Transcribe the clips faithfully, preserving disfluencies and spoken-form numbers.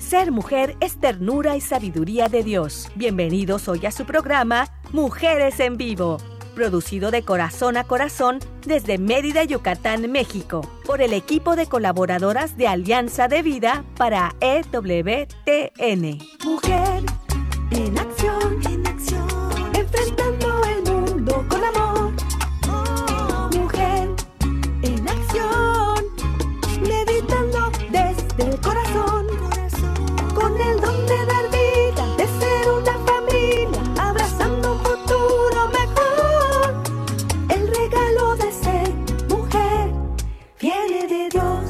Ser mujer es ternura y sabiduría de Dios. Bienvenidos hoy a su programa Mujeres en Vivo, producido de corazón a corazón desde Mérida, Yucatán, México, por el equipo de colaboradoras de Alianza de Vida para E W T N. Mujer en acción, en acción, enfrentando el mundo con amor. Oh, mujer en acción, meditando desde el corazón, corazón, con el don de dar vida, de ser una familia, abrazando un futuro mejor. El regalo de ser mujer viene de Dios.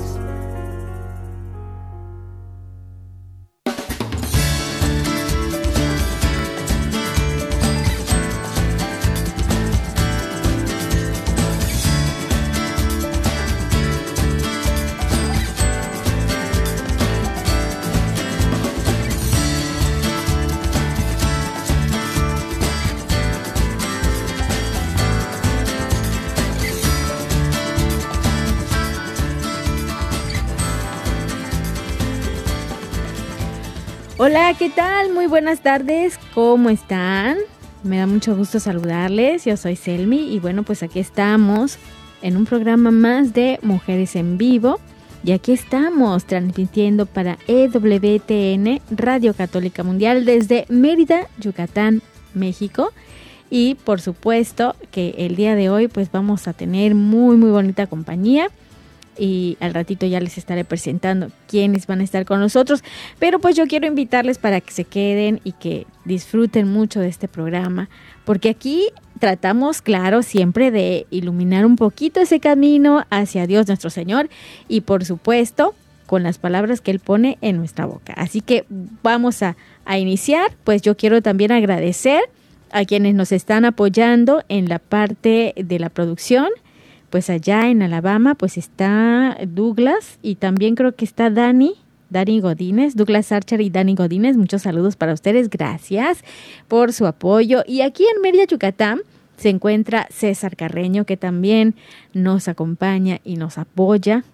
Hola, ¿qué tal? Muy buenas tardes, ¿cómo están? Me da mucho gusto saludarles, yo soy Selmi y bueno, pues aquí estamos en un programa más de Mujeres en Vivo y aquí estamos transmitiendo para E W T N, Radio Católica Mundial, desde Mérida, Yucatán, México. Y por supuesto que el día de hoy pues vamos a tener muy muy bonita compañía. Y al ratito ya les estaré presentando quiénes van a estar con nosotros, pero pues yo quiero invitarles para que se queden y que disfruten mucho de este programa, porque aquí tratamos, claro, siempre de iluminar un poquito ese camino hacia Dios nuestro Señor y por supuesto con las palabras que Él pone en nuestra boca. Así que vamos a, a iniciar, pues yo quiero también agradecer a quienes nos están apoyando en la parte de la producción. Pues allá en Alabama, pues está Douglas y también creo que está Dani, Dani Godínez, Douglas Archer y Dani Godínez. Muchos saludos para ustedes, gracias por su apoyo. Y aquí en Mérida, Yucatán, se encuentra César Carreño, que también nos acompaña y nos apoya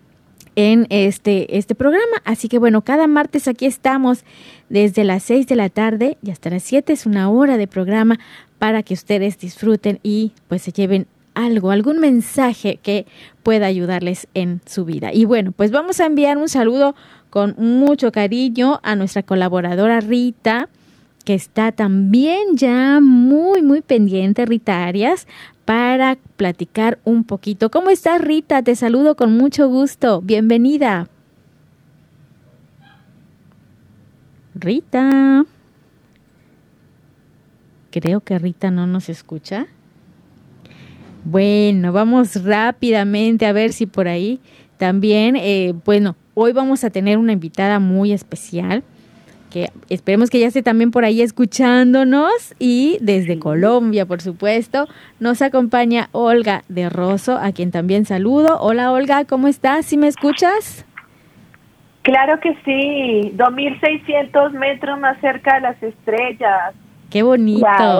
en este, este programa. Así que bueno, cada martes aquí estamos desde las seis de la tarde y hasta las siete, es una hora de programa para que ustedes disfruten y pues se lleven algo, algún mensaje que pueda ayudarles en su vida. Y bueno, pues vamos a enviar un saludo con mucho cariño a nuestra colaboradora Rita, que está también ya muy, muy pendiente, Rita Arias, para platicar un poquito. ¿Cómo estás, Rita? Te saludo con mucho gusto. Bienvenida. Rita. Creo que Rita no nos escucha. Bueno, vamos rápidamente a ver si por ahí también, eh, bueno, hoy vamos a tener una invitada muy especial, que esperemos que ya esté también por ahí escuchándonos y desde Colombia, por supuesto, nos acompaña Olga de Rosso, a quien también saludo. Hola Olga, ¿cómo estás? ¿Sí me escuchas? Claro que sí, dos mil seiscientos metros más cerca de las estrellas. ¡Qué bonito! Wow.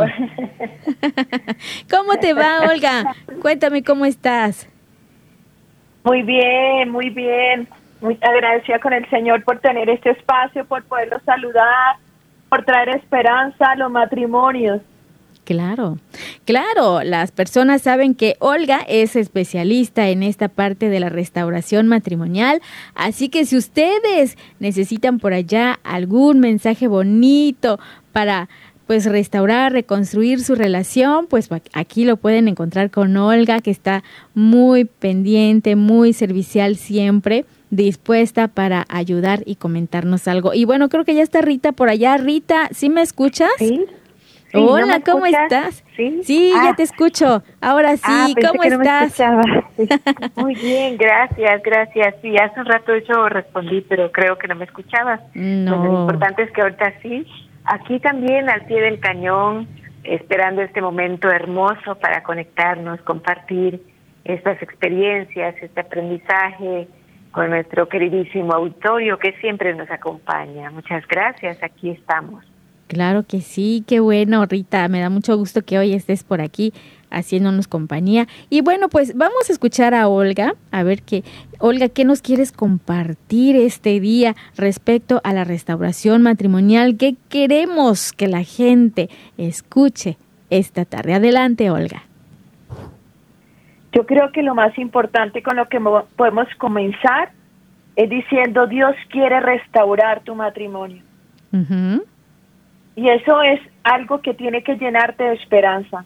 ¿Cómo te va, Olga? Cuéntame cómo estás. Muy bien, muy bien. Muy agradecida con el Señor por tener este espacio, por poderlos saludar, por traer esperanza a los matrimonios. Claro, claro, las personas saben que Olga es especialista en esta parte de la restauración matrimonial, así que si ustedes necesitan por allá algún mensaje bonito para pues restaurar, reconstruir su relación, pues aquí lo pueden encontrar con Olga, que está muy pendiente, muy servicial siempre, dispuesta para ayudar y comentarnos algo. Y bueno, creo que ya está Rita por allá. Rita, ¿sí me escuchas? Sí. Sí, hola, ¿no ¿cómo estás? Sí, sí ah. ya te escucho. Ahora sí, ah, ¿cómo que no estás? Me sí. Muy bien, gracias, gracias. Sí, hace un rato yo respondí, pero creo que no me escuchabas. No. Bueno, lo importante es que ahorita sí. Aquí también al pie del cañón, esperando este momento hermoso para conectarnos, compartir estas experiencias, este aprendizaje con nuestro queridísimo auditorio que siempre nos acompaña. Muchas gracias, aquí estamos. Claro que sí, qué bueno, Rita, me da mucho gusto que hoy estés por aquí haciéndonos compañía. Y bueno, pues vamos a escuchar a Olga, a ver qué, Olga, ¿qué nos quieres compartir este día respecto a la restauración matrimonial? ¿Qué queremos que la gente escuche esta tarde? Adelante, Olga. Yo creo que lo más importante con lo que podemos comenzar es diciendo: Dios quiere restaurar tu matrimonio. Uh-huh. Y eso es algo que tiene que llenarte de esperanza.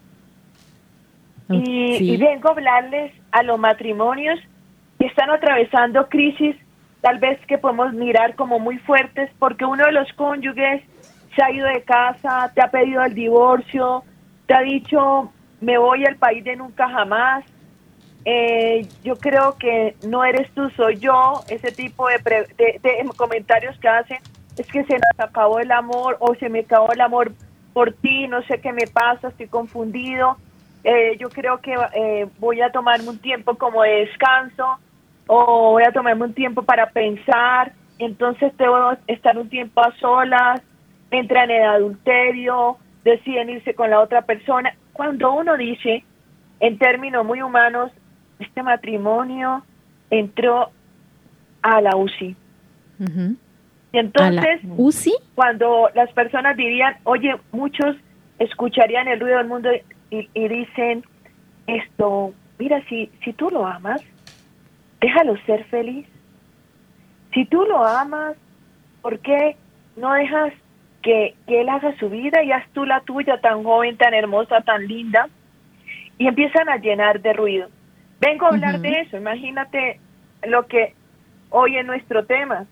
Y, sí. y vengo a hablarles a los matrimonios que están atravesando crisis, tal vez que podemos mirar como muy fuertes, porque uno de los cónyuges se ha ido de casa, te ha pedido el divorcio, te ha dicho: me voy al país de nunca jamás. Eh, yo creo que no eres tú, soy yo. Ese tipo de, pre, de, de comentarios que hacen es que se nos acabó el amor, o se me acabó el amor por ti, no sé qué me pasa, estoy confundido. Eh, yo creo que eh, voy a tomarme un tiempo como de descanso, o voy a tomarme un tiempo para pensar, entonces debo estar un tiempo a solas, entran en adulterio, deciden irse con la otra persona. Cuando uno dice, en términos muy humanos, este matrimonio entró a la U C I. Uh-huh. Y entonces, ¿U C I? Cuando las personas dirían, oye, muchos escucharían el ruido del mundo y, y dicen esto: mira, si, si tú lo amas, déjalo ser feliz. Si tú lo amas, ¿por qué no dejas que, que él haga su vida y haz tú la tuya, tan joven, tan hermosa, tan linda? Y empiezan a llenar de ruido. Vengo a hablar uh-huh. de eso. Imagínate lo que hoy es nuestro tema.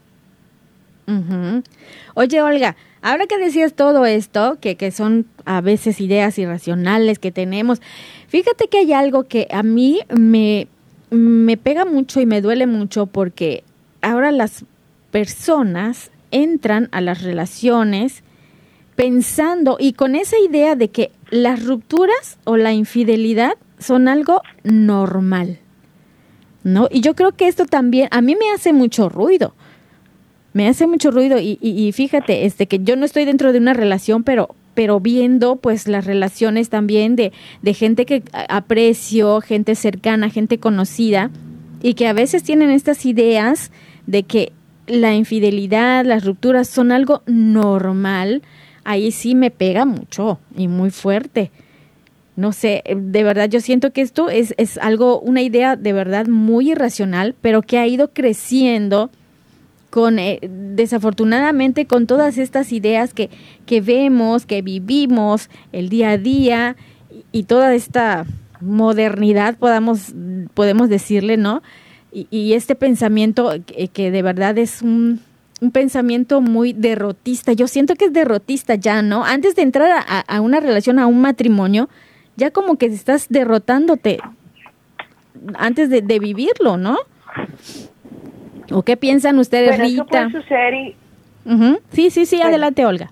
Uh-huh. Oye, Olga, ahora que decías todo esto, que, que son a veces ideas irracionales que tenemos, fíjate que hay algo que a mí me, me pega mucho y me duele mucho, porque ahora las personas entran a las relaciones pensando y con esa idea de que las rupturas o la infidelidad son algo normal, ¿no? Y yo creo que esto también a mí me hace mucho ruido. Me hace mucho ruido y, y, y fíjate, este, que yo no estoy dentro de una relación, pero, pero viendo pues las relaciones también de, de gente que aprecio, gente cercana, gente conocida, y que a veces tienen estas ideas de que la infidelidad, las rupturas son algo normal. Ahí sí me pega mucho y muy fuerte. No sé, de verdad yo siento que esto es, es algo, una idea de verdad muy irracional, pero que ha ido creciendo con eh, desafortunadamente con todas estas ideas que, que vemos, que vivimos el día a día, y, y toda esta modernidad, podamos, podemos decirle, ¿no? Y, y este pensamiento que, que de verdad es un, un pensamiento muy derrotista. Yo siento que es derrotista ya, ¿no? Antes de entrar a, a una relación, a un matrimonio, ya como que estás derrotándote antes de, de vivirlo, ¿no? ¿O qué piensan ustedes, bueno, Rita? Eso puede suceder y... uh-huh. Sí, sí, sí, bueno. Adelante, Olga.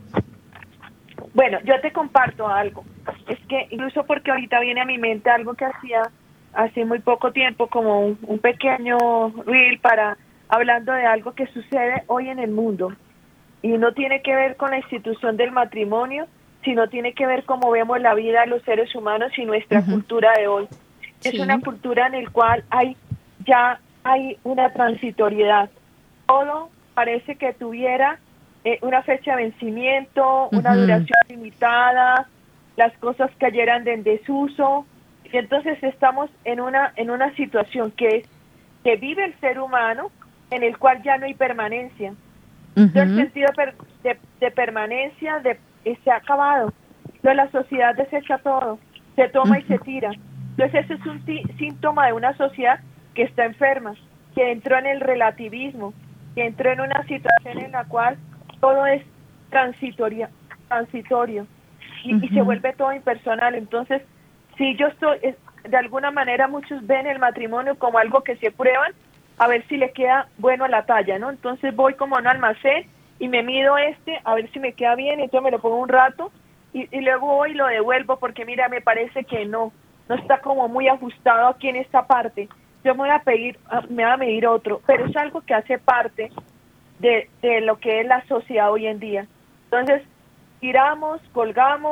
Bueno, yo te comparto algo. Es que incluso porque ahorita viene a mi mente algo que hacía hace muy poco tiempo, como un, un pequeño reel para hablando de algo que sucede hoy en el mundo. Y no tiene que ver con la institución del matrimonio, sino tiene que ver cómo vemos la vida de los seres humanos y nuestra uh-huh. cultura de hoy. Sí. Es una cultura en la cual hay ya hay una transitoriedad. Todo parece que tuviera eh, una fecha de vencimiento, una uh-huh. duración limitada, las cosas cayeran en desuso, y entonces estamos en una en una situación que es que vive el ser humano, en el cual ya no hay permanencia. Uh-huh. Entonces, el sentido per, de, de permanencia de, eh, se ha acabado. Entonces, la sociedad desecha todo, se toma uh-huh. y se tira. Entonces, ese es un t- síntoma de una sociedad que está enferma, que entró en el relativismo, que entró en una situación en la cual todo es transitorio, transitorio y, uh-huh. y se vuelve todo impersonal. Entonces, si yo estoy, de alguna manera muchos ven el matrimonio como algo que se prueban a ver si le queda bueno a la talla, ¿no? Entonces voy como a un almacén y me mido este, a ver si me queda bien, entonces me lo pongo un rato y, y luego voy y lo devuelvo porque mira, me parece que no, no está como muy ajustado aquí en esta parte. Yo me voy a pedir, me voy a medir otro, pero es algo que hace parte de, de lo que es la sociedad hoy en día. Entonces, tiramos, colgamos,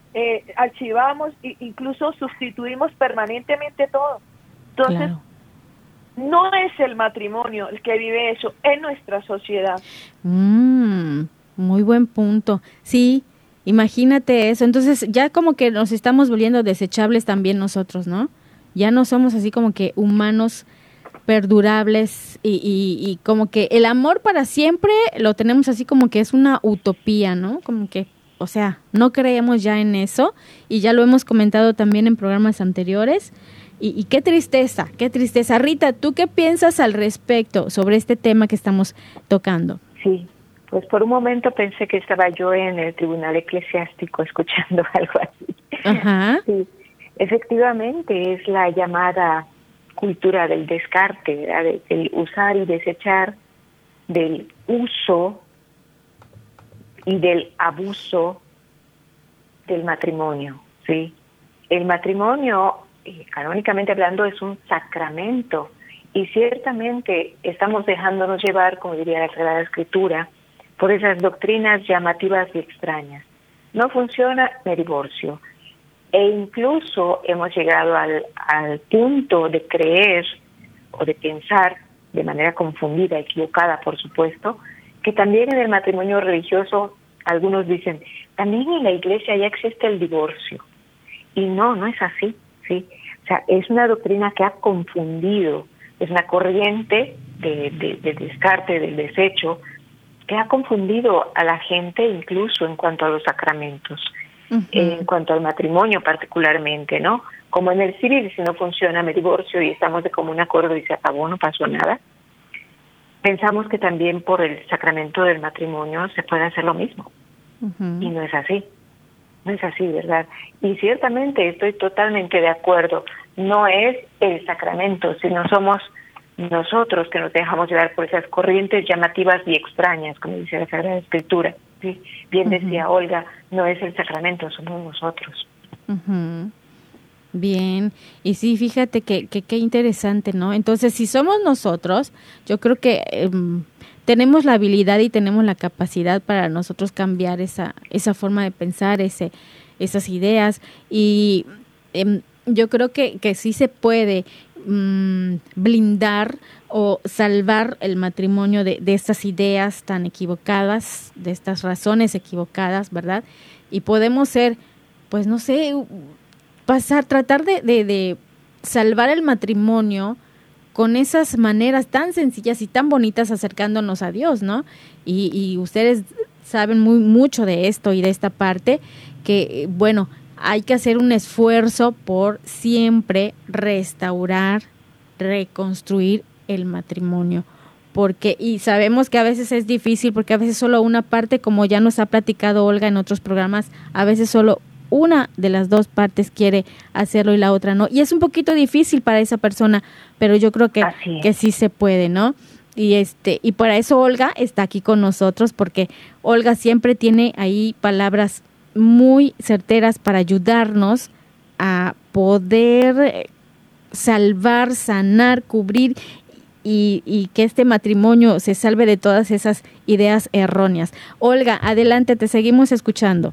eh, archivamos e incluso sustituimos permanentemente todo. Entonces, claro. No es el matrimonio el que vive eso, es nuestra sociedad. Mm, muy buen punto. Sí, imagínate eso. Entonces ya como que nos estamos volviendo desechables también nosotros, ¿no? Ya no somos así como que humanos perdurables y, y, y como que el amor para siempre lo tenemos así como que es una utopía, ¿no? Como que, o sea, no creemos ya en eso y ya lo hemos comentado también en programas anteriores. Y, y qué tristeza, qué tristeza. Rita, ¿tú qué piensas al respecto sobre este tema que estamos tocando? Sí, pues por un momento pensé que estaba yo en el tribunal eclesiástico escuchando algo así. Ajá. Sí, efectivamente es la llamada cultura del descarte, ¿verdad? De, del usar y desechar, del uso y del abuso del matrimonio, ¿sí? El matrimonio, canónicamente hablando, es un sacramento y ciertamente estamos dejándonos llevar, como diría la Sagrada Escritura, por esas doctrinas llamativas y extrañas. No funciona, me divorcio. E incluso hemos llegado al, al punto de creer o de pensar de manera confundida, equivocada, por supuesto, que también en el matrimonio religioso, algunos dicen, también en la iglesia ya existe el divorcio. Y no, no es así, ¿sí? O sea, es una doctrina que ha confundido, es una corriente de, de, de descarte, del desecho, que ha confundido a la gente incluso en cuanto a los sacramentos, uh-huh. en cuanto al matrimonio particularmente, ¿no? Como en el civil, si no funciona, me divorcio y estamos de común acuerdo y se acabó, no pasó nada. Pensamos que también por el sacramento del matrimonio se puede hacer lo mismo. Uh-huh. Y no es así. No es así, ¿verdad? Y ciertamente estoy totalmente de acuerdo. No es el sacramento, sino somos nosotros que nos dejamos llevar por esas corrientes llamativas y extrañas, como dice la Sagrada Escritura. ¿Sí? Bien decía uh-huh. Olga, no es el sacramento, somos nosotros. Uh-huh. Bien, y sí, fíjate que qué que interesante, ¿no? Entonces, si somos nosotros, yo creo que eh, tenemos la habilidad y tenemos la capacidad para nosotros cambiar esa esa forma de pensar, ese esas ideas, y eh, yo creo que, que sí se puede mmm, blindar o salvar el matrimonio de, de estas ideas tan equivocadas, de estas razones equivocadas, ¿verdad? Y podemos ser, pues no sé, pasar, tratar de, de, de salvar el matrimonio con esas maneras tan sencillas y tan bonitas acercándonos a Dios, ¿no? Y, y ustedes saben muy mucho de esto y de esta parte, que, bueno, hay que hacer un esfuerzo por siempre restaurar, reconstruir el matrimonio, porque, y sabemos que a veces es difícil, porque a veces solo una parte, como ya nos ha platicado Olga en otros programas, a veces solo una de las dos partes quiere hacerlo y la otra no, y es un poquito difícil para esa persona, pero yo creo que, que sí se puede, ¿no? Y este, y para eso Olga está aquí con nosotros, porque Olga siempre tiene ahí palabras muy certeras para ayudarnos a poder salvar, sanar, cubrir y, y que este matrimonio se salve de todas esas ideas erróneas. Olga, adelante, te seguimos escuchando.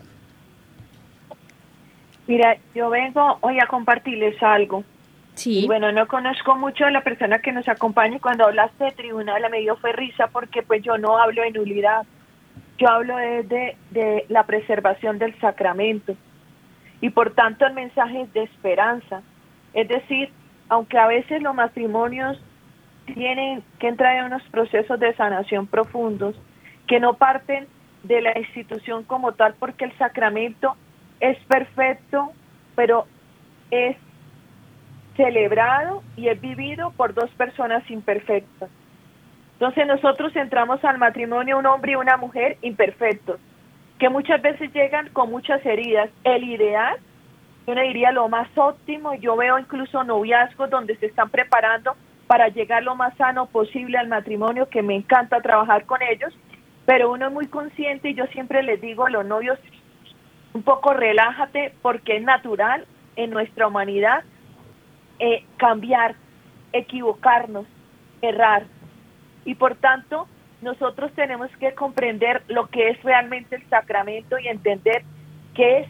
Mira, yo vengo hoy a compartirles algo. Sí. Y bueno, no conozco mucho a la persona que nos acompaña, y cuando hablaste de tribunal me dio fue risa, porque pues yo no hablo de nulidad. Yo hablo de, de, de la preservación del sacramento, y por tanto el mensaje es de esperanza. Es decir, aunque a veces los matrimonios tienen que entrar en unos procesos de sanación profundos, que no parten de la institución como tal, porque el sacramento es perfecto, pero es celebrado y es vivido por dos personas imperfectas. Entonces nosotros entramos al matrimonio un hombre y una mujer imperfectos, que muchas veces llegan con muchas heridas. El ideal, yo le diría lo más óptimo, yo veo incluso noviazgos donde se están preparando para llegar lo más sano posible al matrimonio, que me encanta trabajar con ellos, pero uno es muy consciente, y yo siempre les digo a los novios, un poco relájate, porque es natural en nuestra humanidad eh, cambiar, equivocarnos, errar. Y por tanto, nosotros tenemos que comprender lo que es realmente el sacramento y entender que es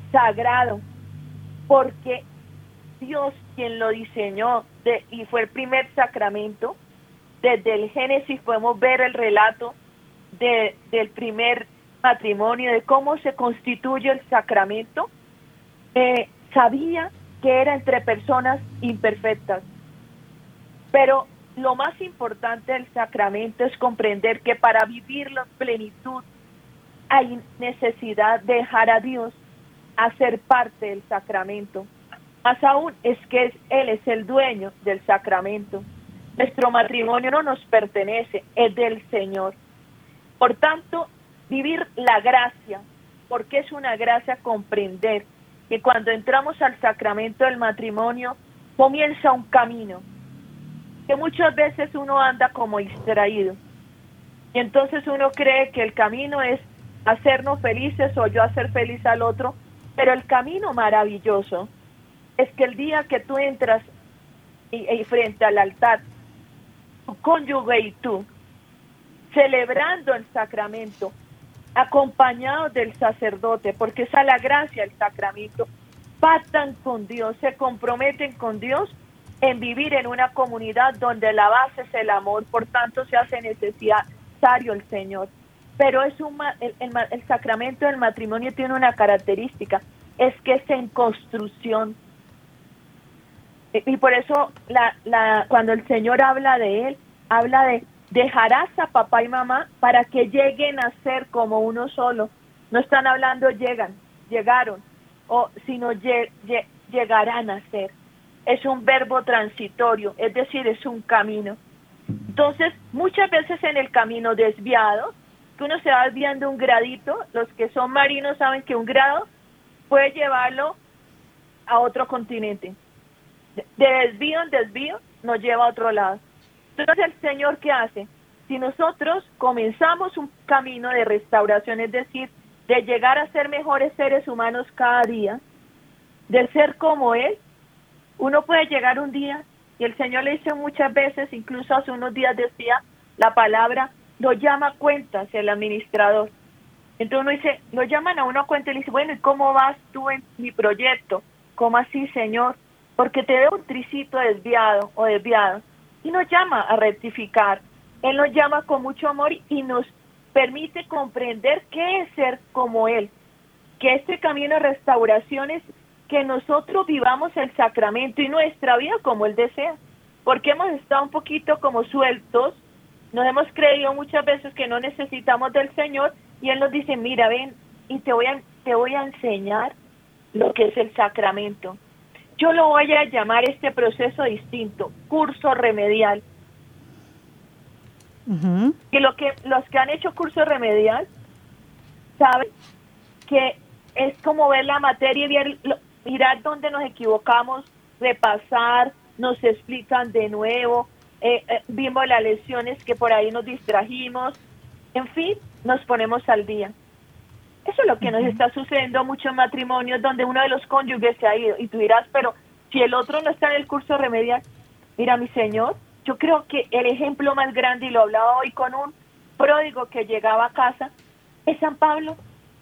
sagrado, porque Dios quien lo diseñó de, y fue el primer sacramento. Desde el Génesis podemos ver el relato de, del primer matrimonio, de cómo se constituye el sacramento. Eh, sabía que era entre personas imperfectas, pero lo más importante del sacramento es comprender que para vivirlo en plenitud hay necesidad de dejar a Dios hacer parte del sacramento. Más aún es que es, Él es el dueño del sacramento. Nuestro matrimonio no nos pertenece, es del Señor. Por tanto, vivir la gracia, porque es una gracia comprender que cuando entramos al sacramento del matrimonio comienza un camino, que muchas veces uno anda como distraído. Y entonces uno cree que el camino es hacernos felices o yo hacer feliz al otro, pero el camino maravilloso es que el día que tú entras y, y frente al altar, tu cónyuge y tú, celebrando el sacramento, acompañados del sacerdote, porque esa es la gracia del sacramento, pactan con Dios, se comprometen con Dios en vivir en una comunidad donde la base es el amor, por tanto se hace necesario el Señor. Pero es un, el, el, el sacramento del matrimonio tiene una característica, es que es en construcción. Y, y por eso la, la, cuando el Señor habla de él, habla de dejarás a papá y mamá para que lleguen a ser como uno solo. No están hablando llegan, llegaron, o sino lle, lle, llegarán a ser. Es un verbo transitorio, es decir, es un camino. Entonces, muchas veces en el camino desviado, que uno se va desviando un gradito, los que son marinos saben que un grado puede llevarlo a otro continente. De desvío en desvío nos lleva a otro lado. Entonces, ¿el Señor qué hace? Si nosotros comenzamos un camino de restauración, es decir, de llegar a ser mejores seres humanos cada día, de ser como Él, uno puede llegar un día, y el Señor le dice muchas veces, incluso hace unos días decía la palabra, lo llama a cuentas el administrador. Entonces uno dice, lo llaman a uno a cuenta y le dice, bueno, ¿y cómo vas tú en mi proyecto? ¿Cómo así, Señor? Porque te veo un tricito desviado o desviado. Y nos llama a rectificar. Él nos llama con mucho amor y nos permite comprender qué es ser como Él. Que este camino de restauración es que nosotros vivamos el sacramento y nuestra vida como Él desea. Porque hemos estado un poquito como sueltos, nos hemos creído muchas veces que no necesitamos del Señor y Él nos dice, mira, ven y te voy a, te voy a enseñar lo que es el sacramento. Yo lo voy a llamar este proceso distinto, curso remedial. Uh-huh. Y lo que los que han hecho curso remedial saben que es como ver la materia y ver, mirar dónde nos equivocamos, repasar, nos explican de nuevo, eh, eh, vimos las lecciones que por ahí nos distrajimos, en fin, nos ponemos al día. Eso es lo que uh-huh. nos está sucediendo a muchos matrimonios donde uno de los cónyuges se ha ido. Y tú dirás, pero si el otro no está en el curso remedial, mira mi Señor, yo creo que el ejemplo más grande, y lo hablaba hoy con un pródigo que llegaba a casa, es San Pablo.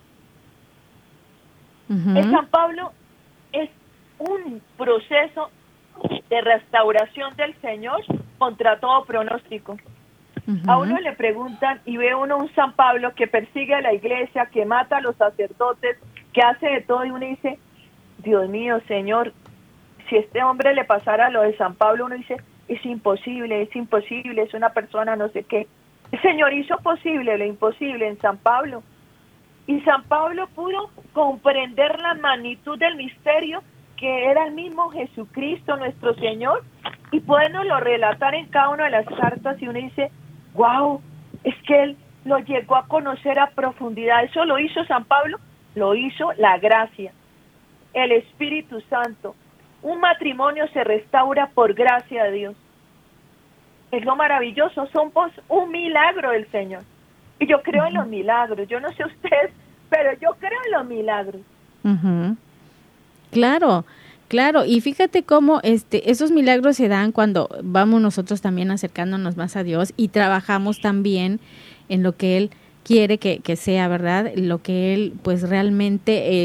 Uh-huh. El San Pablo es un proceso de restauración del Señor contra todo pronóstico. Uh-huh. A uno le preguntan y ve uno un San Pablo que persigue a la iglesia, que mata a los sacerdotes, que hace de todo, y uno dice, Dios mío, Señor, si a este hombre le pasara lo de San Pablo, uno dice, es imposible, es imposible, es una persona no sé qué. El Señor hizo posible lo imposible en San Pablo. Y San Pablo pudo comprender la magnitud del misterio que era el mismo Jesucristo, nuestro Señor, y podernoslo relatar en cada una de las cartas, y uno dice, wow, es que Él lo llegó a conocer a profundidad. ¿Eso lo hizo San Pablo? Lo hizo la gracia, el Espíritu Santo. Un matrimonio se restaura por gracia de Dios. Es lo maravilloso, somos un milagro del Señor. Y yo creo uh-huh. en los milagros. Yo no sé ustedes, pero yo creo en los milagros. Uh-huh. Claro, claro. Y fíjate cómo este, esos milagros se dan cuando vamos nosotros también acercándonos más a Dios y trabajamos también en lo que Él quiere que, que sea, ¿verdad? Lo que Él pues realmente... Eh,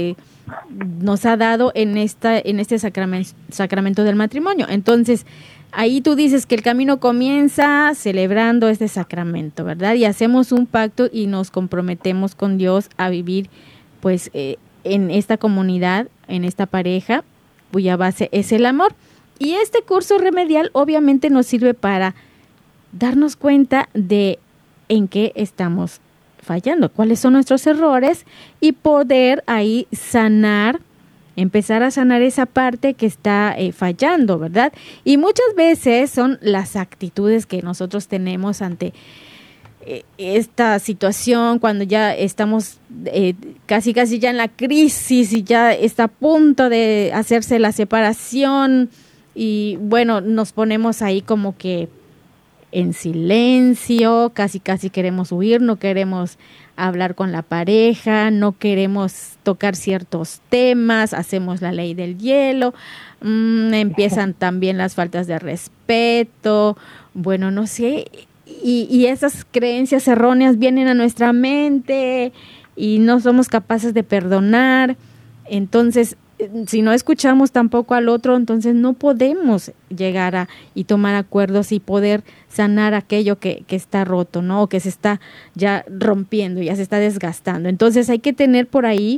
nos ha dado en esta en este sacramento, sacramento del matrimonio. Entonces, ahí tú dices que el camino comienza celebrando este sacramento, ¿verdad? Y hacemos un pacto y nos comprometemos con Dios a vivir, pues, eh, en esta comunidad, en esta pareja, cuya base es el amor. Y este curso remedial obviamente nos sirve para darnos cuenta de en qué estamos fallando, cuáles son nuestros errores y poder ahí sanar, empezar a sanar esa parte que está eh, fallando, ¿verdad? Y muchas veces son las actitudes que nosotros tenemos ante eh, esta situación, cuando ya estamos eh, casi casi ya en la crisis y ya está a punto de hacerse la separación y bueno, nos ponemos ahí como que en silencio, casi casi queremos huir, no queremos hablar con la pareja, no queremos tocar ciertos temas, hacemos la ley del hielo, mmm, empiezan también las faltas de respeto, bueno, no sé, y, y esas creencias erróneas vienen a nuestra mente y no somos capaces de perdonar. Entonces, si no escuchamos tampoco al otro, entonces no podemos llegar a y tomar acuerdos y poder sanar aquello que, que está roto, ¿no? O que se está ya rompiendo, ya se está desgastando. Entonces hay que tener por ahí,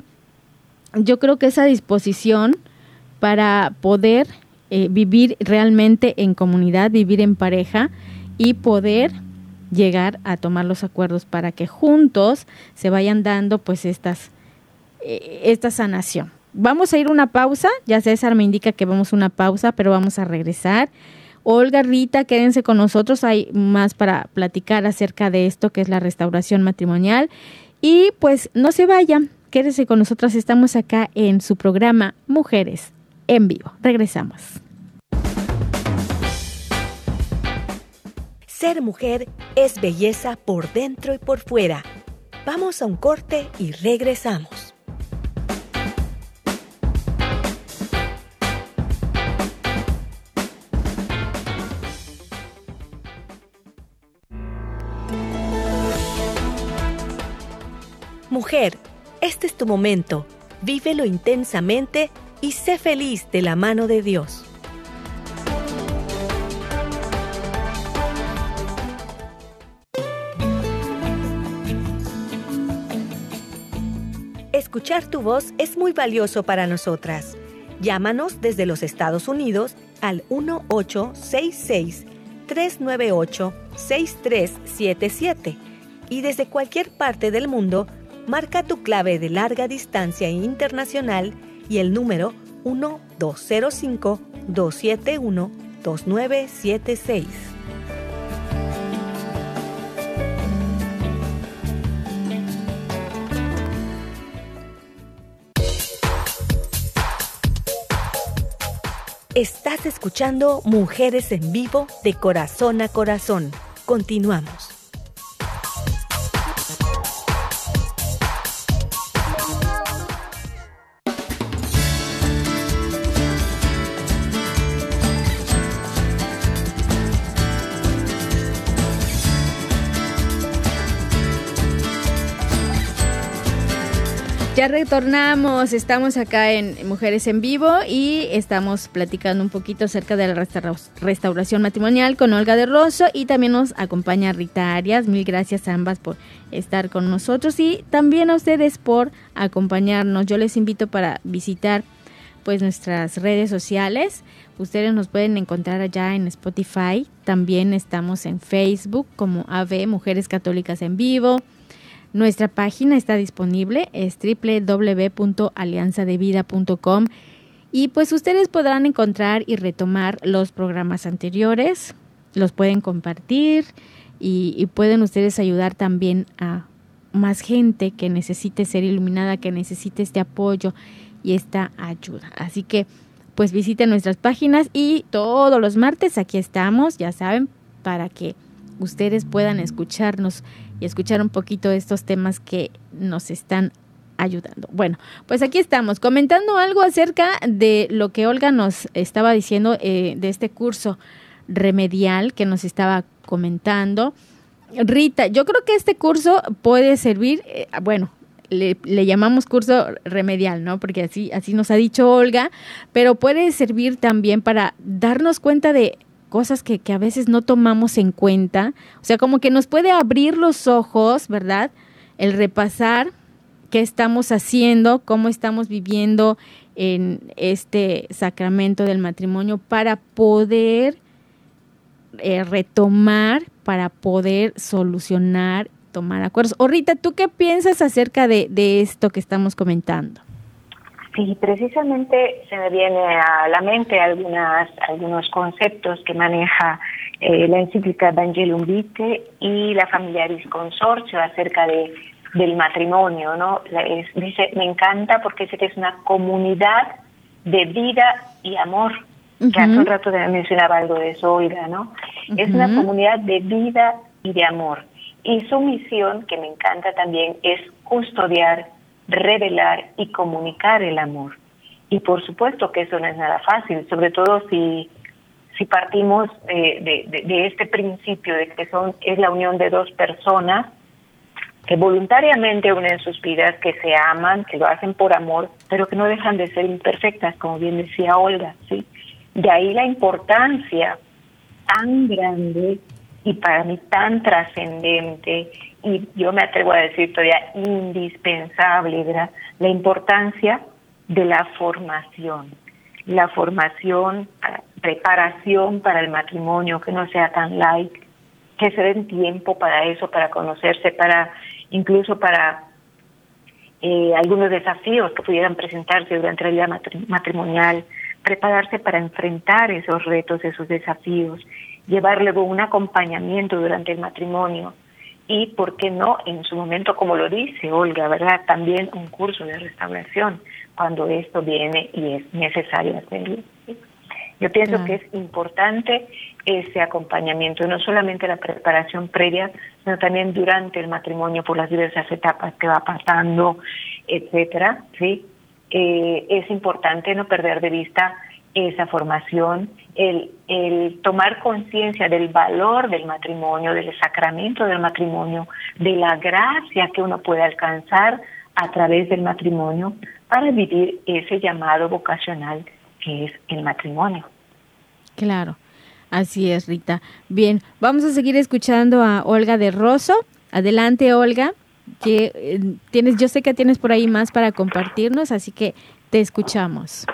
yo creo que esa disposición para poder eh, vivir realmente en comunidad, vivir en pareja y poder llegar a tomar los acuerdos para que juntos se vayan dando pues estas eh, esta sanación. Vamos a ir a una pausa, ya César me indica que vamos a una pausa, pero vamos a regresar. Olga, Rita, quédense con nosotros, hay más para platicar acerca de esto que es la restauración matrimonial. Y pues no se vayan, quédense con nosotras, estamos acá en su programa Mujeres en Vivo. Regresamos. Ser mujer es belleza por dentro y por fuera. Vamos a un corte y regresamos. Mujer, este es tu momento. Vívelo intensamente y sé feliz de la mano de Dios. Escuchar tu voz es muy valioso para nosotras. Llámanos desde los Estados Unidos al uno ocho seis seis, tres nueve ocho, seis tres siete siete y desde cualquier parte del mundo marca tu clave de larga distancia internacional y el número uno dos cero cinco, dos siete uno, dos nueve siete seis. Estás escuchando Mujeres en Vivo de Corazón a Corazón. Continuamos. Ya retornamos, estamos acá en Mujeres en Vivo y estamos platicando un poquito acerca de la restaura- restauración matrimonial con Olga de Rosso y también nos acompaña Rita Arias. Mil gracias a ambas por estar con nosotros y también a ustedes por acompañarnos. Yo les invito para visitar pues nuestras redes sociales. Ustedes nos pueden encontrar allá en Spotify, también estamos en Facebook como A V Mujeres Católicas en Vivo. Nuestra página está disponible, es doble u doble u doble u punto alianza de vida punto com y pues ustedes podrán encontrar y retomar los programas anteriores, los pueden compartir y, y pueden ustedes ayudar también a más gente que necesite ser iluminada, que necesite este apoyo y esta ayuda. Así que pues visiten nuestras páginas y todos los martes aquí estamos, ya saben, para que ustedes puedan escucharnos y escuchar un poquito de estos temas que nos están ayudando. Bueno, pues aquí estamos comentando algo acerca de lo que Olga nos estaba diciendo eh, de este curso remedial que nos estaba comentando. Rita, yo creo que este curso puede servir, eh, bueno, le, le llamamos curso remedial, ¿no? Porque así, así nos ha dicho Olga, pero puede servir también para darnos cuenta de cosas que, que a veces no tomamos en cuenta. O sea, como que nos puede abrir los ojos, ¿verdad? El repasar qué estamos haciendo, cómo estamos viviendo en este sacramento del matrimonio para poder eh, retomar, para poder solucionar, tomar acuerdos. O Rita, ¿tú qué piensas acerca de, de esto que estamos comentando? Sí, precisamente se me viene a la mente algunas algunos conceptos que maneja eh, la encíclica Evangelium Vitae y la Familiaris Consortio acerca de del matrimonio, ¿no? La, es, dice, me encanta porque dice que es una comunidad de vida y amor. Uh-huh. Que hace un rato mencionaba algo de eso, Olga, ¿no? Uh-huh. Es una comunidad de vida y de amor. Y su misión, que me encanta también, es custodiar, revelar y comunicar el amor. Y por supuesto que eso no es nada fácil, sobre todo si si partimos eh, de, de, de este principio de que son es la unión de dos personas que voluntariamente unen sus vidas, que se aman, que lo hacen por amor, pero que no dejan de ser imperfectas, como bien decía Olga, ¿sí? De ahí la importancia tan grande y para mí tan trascendente, y yo me atrevo a decir todavía indispensable, ¿verdad? La importancia de la formación, la formación, preparación para el matrimonio, que no sea tan light, que se den tiempo para eso, para conocerse, para incluso para eh, algunos desafíos que pudieran presentarse durante la vida matri- matrimonial, prepararse para enfrentar esos retos, esos desafíos, llevar luego un acompañamiento durante el matrimonio y, ¿por qué no?, en su momento, como lo dice Olga, ¿verdad?, también un curso de restauración cuando esto viene y es necesario hacerlo, ¿sí? Yo pienso claro. que es importante ese acompañamiento, no solamente la preparación previa, sino también durante el matrimonio por las diversas etapas que va pasando, etcétera, ¿sí? Eh, es importante no perder de vista esa formación, el, el tomar conciencia del valor del matrimonio, del sacramento del matrimonio, de la gracia que uno puede alcanzar a través del matrimonio para vivir ese llamado vocacional que es el matrimonio. Claro, así es, Rita. Bien, vamos a seguir escuchando a Olga de Rosso. Adelante, Olga, que eh, tienes, yo sé que tienes por ahí más para compartirnos, así que te escuchamos.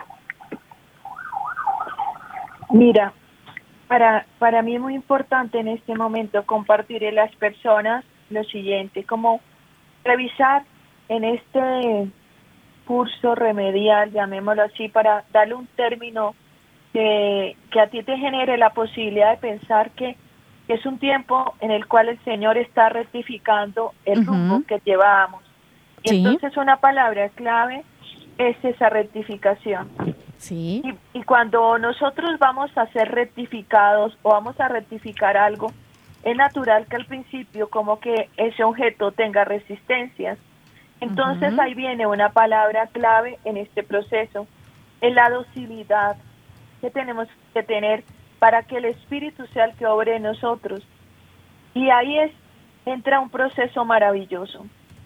Mira, para, para mí es muy importante en este momento compartir en las personas lo siguiente, como revisar en este curso remedial, llamémoslo así, para darle un término que, que a ti te genere la posibilidad de pensar que, que es un tiempo en el cual el Señor está rectificando el rumbo uh-huh. que llevábamos. Y sí. entonces una palabra clave es esa rectificación. Sí. Y, y cuando nosotros vamos a ser rectificados o vamos a rectificar algo, es natural que al principio como que ese objeto tenga resistencias. Entonces uh-huh. ahí viene una palabra clave en este proceso, es la docilidad que tenemos que tener para que el Espíritu sea el que obre en nosotros. Y ahí es entra un proceso maravilloso.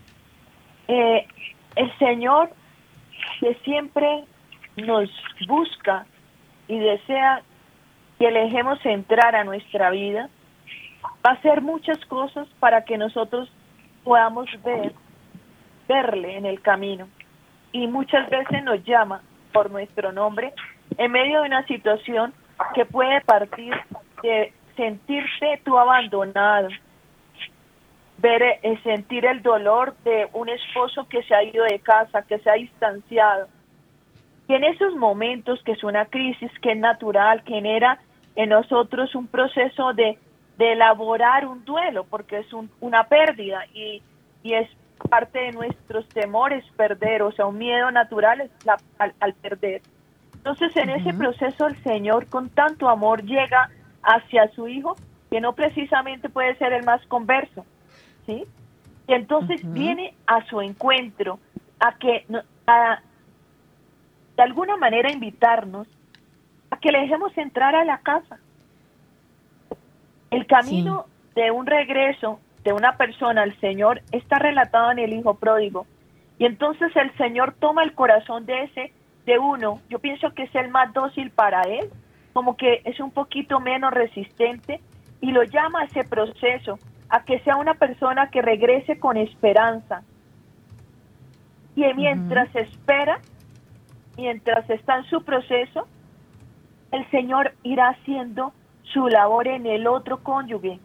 Eh, el Señor, que siempre nos busca y desea que le dejemos entrar a nuestra vida, va a hacer muchas cosas para que nosotros podamos ver verle en el camino, y muchas veces nos llama por nuestro nombre en medio de una situación que puede partir de sentirse tú abandonado, ver eh, sentir el dolor de un esposo que se ha ido de casa, que se ha distanciado, y en esos momentos que es una crisis que es natural, que genera en nosotros un proceso de, de elaborar un duelo, porque es un, una pérdida y, y es parte de nuestros temores perder, o sea, un miedo natural es la, al, al perder. Entonces, en uh-huh. ese proceso el Señor con tanto amor llega hacia su Hijo, que no precisamente puede ser el más converso, ¿sí? Y entonces uh-huh. viene a su encuentro, a que, a, de alguna manera, invitarnos a que le dejemos entrar a la casa. El camino sí. de un regreso de una persona al Señor está relatado en el Hijo Pródigo, Y entonces el Señor toma el corazón de ese, de uno, yo pienso que es el más dócil para Él, como que es un poquito menos resistente, y lo llama a ese proceso, a que sea una persona que regrese con esperanza. Y mientras uh-huh. espera, mientras está en su proceso, el Señor irá haciendo su labor en el otro cónyuge.